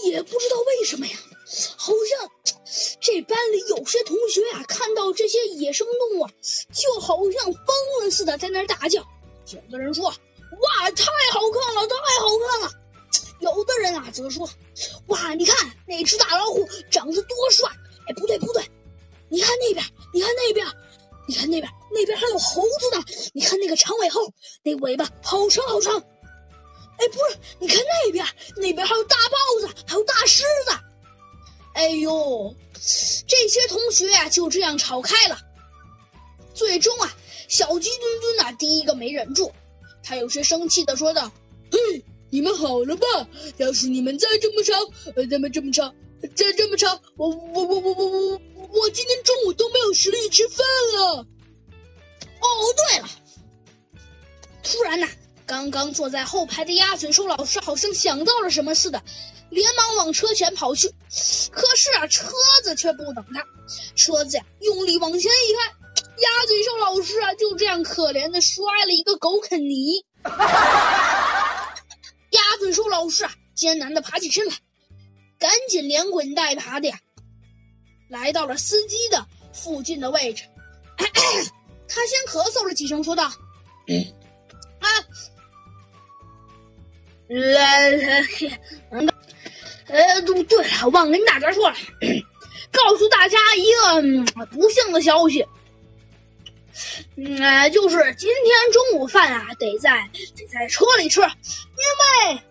也不知道为什么呀，好像这班里有些同学啊，看到这些野生动物啊，就好像疯了似的在那儿大叫。有的人说：“哇，太好看了，太好看了！”有的人啊则说：“哇，你看那只大老虎长得多帅！”哎，不对，你看那边，你看那边，你看那边，那边还有猴子呢！你看那个长尾猴，那尾巴好长好长。哎，不是，你看那边还有大豹子，还有大狮子。哎呦，这些同学啊就这样吵开了。最终啊，小鸡墩墩啊第一个没忍住，他有些生气地说道：“嘿，你们好了吧？要是你们再这么吵，再这么吵，我今天中午都没有食欲吃饭了。”哦，对了，突然呢，刚刚坐在后排的鸭嘴兽老师好像想到了什么似的，连忙往车前跑去。可是啊，车子却不等他，车子呀用力往前一开，鸭嘴兽老师啊就这样可怜的摔了一个狗啃泥。鸭嘴兽老师啊艰难的爬起身来，赶紧连滚带爬的呀来到了司机的附近的位置。他先咳嗽了几声，说道：“对了，忘跟大家说了，告诉大家一个不幸的消息，就是今天中午饭啊得在车里吃，因为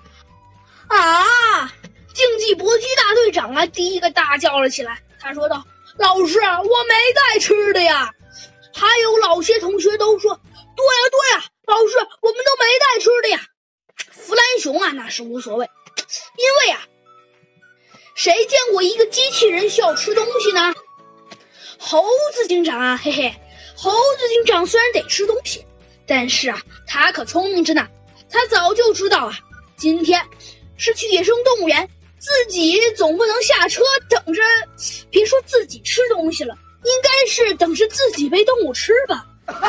竞技搏击大队长啊第一个大叫了起来，他说道：“老师，我没带吃的呀！”还有老些同学都说：“对呀，老师，我们都没带吃的呀。”弗兰熊啊那是无所谓，因为啊谁见过一个机器人需要吃东西呢？猴子警长啊，嘿嘿，猴子警长虽然得吃东西，但是啊他可聪明着呢，他早就知道啊今天是去野生动物园，自己总不能下车等着，别说自己吃东西了，应该是等着自己被动物吃吧。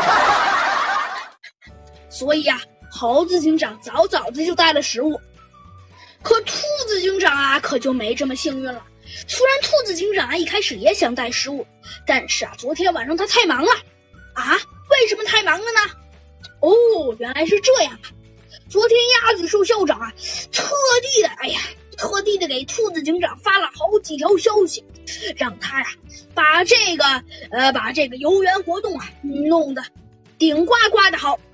所以啊猴子警长早早的就带了食物。可兔子警长啊可就没这么幸运了。虽然兔子警长啊一开始也想带食物，但是啊昨天晚上他太忙了。为什么太忙了呢？原来是这样啊。昨天鸭子兽校长啊特地的给兔子警长发了好几条消息，让他呀把这个游园活动啊弄得顶呱呱的好。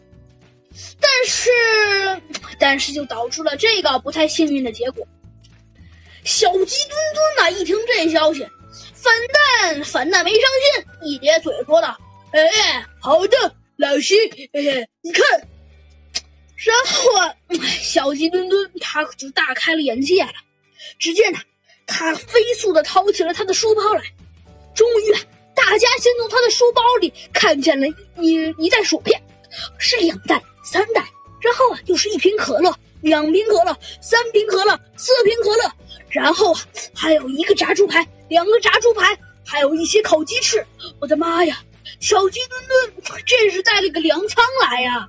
但是就导致了这个不太幸运的结果。小鸡墩墩啊一听这消息，反蛋没伤心，一咧嘴说道：“好的，老师，你看。”然后啊，小鸡墩墩他就大开了眼界了。只见呢，他飞速的掏起了他的书包来。终于，大家先从他的书包里看见了一袋薯片，是2袋、3袋，然后啊，又是1瓶可乐、2瓶可乐、3瓶可乐、4瓶可乐，然后啊，还有1个炸猪排、2个炸猪排，还有一些烤鸡翅。我的妈呀，小鸡墩墩这是带了个粮仓来呀！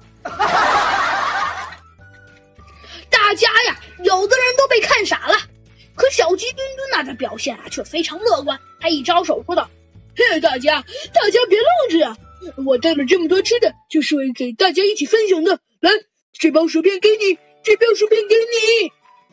大家呀，有的人都被看傻了，可小鸡墩墩的表现啊却非常乐观，他一招手说道：“嘿，大家别愣着呀！我带了这么多吃的，就是为给大家一起分享的。来，这包薯片给你，这包薯片给你。”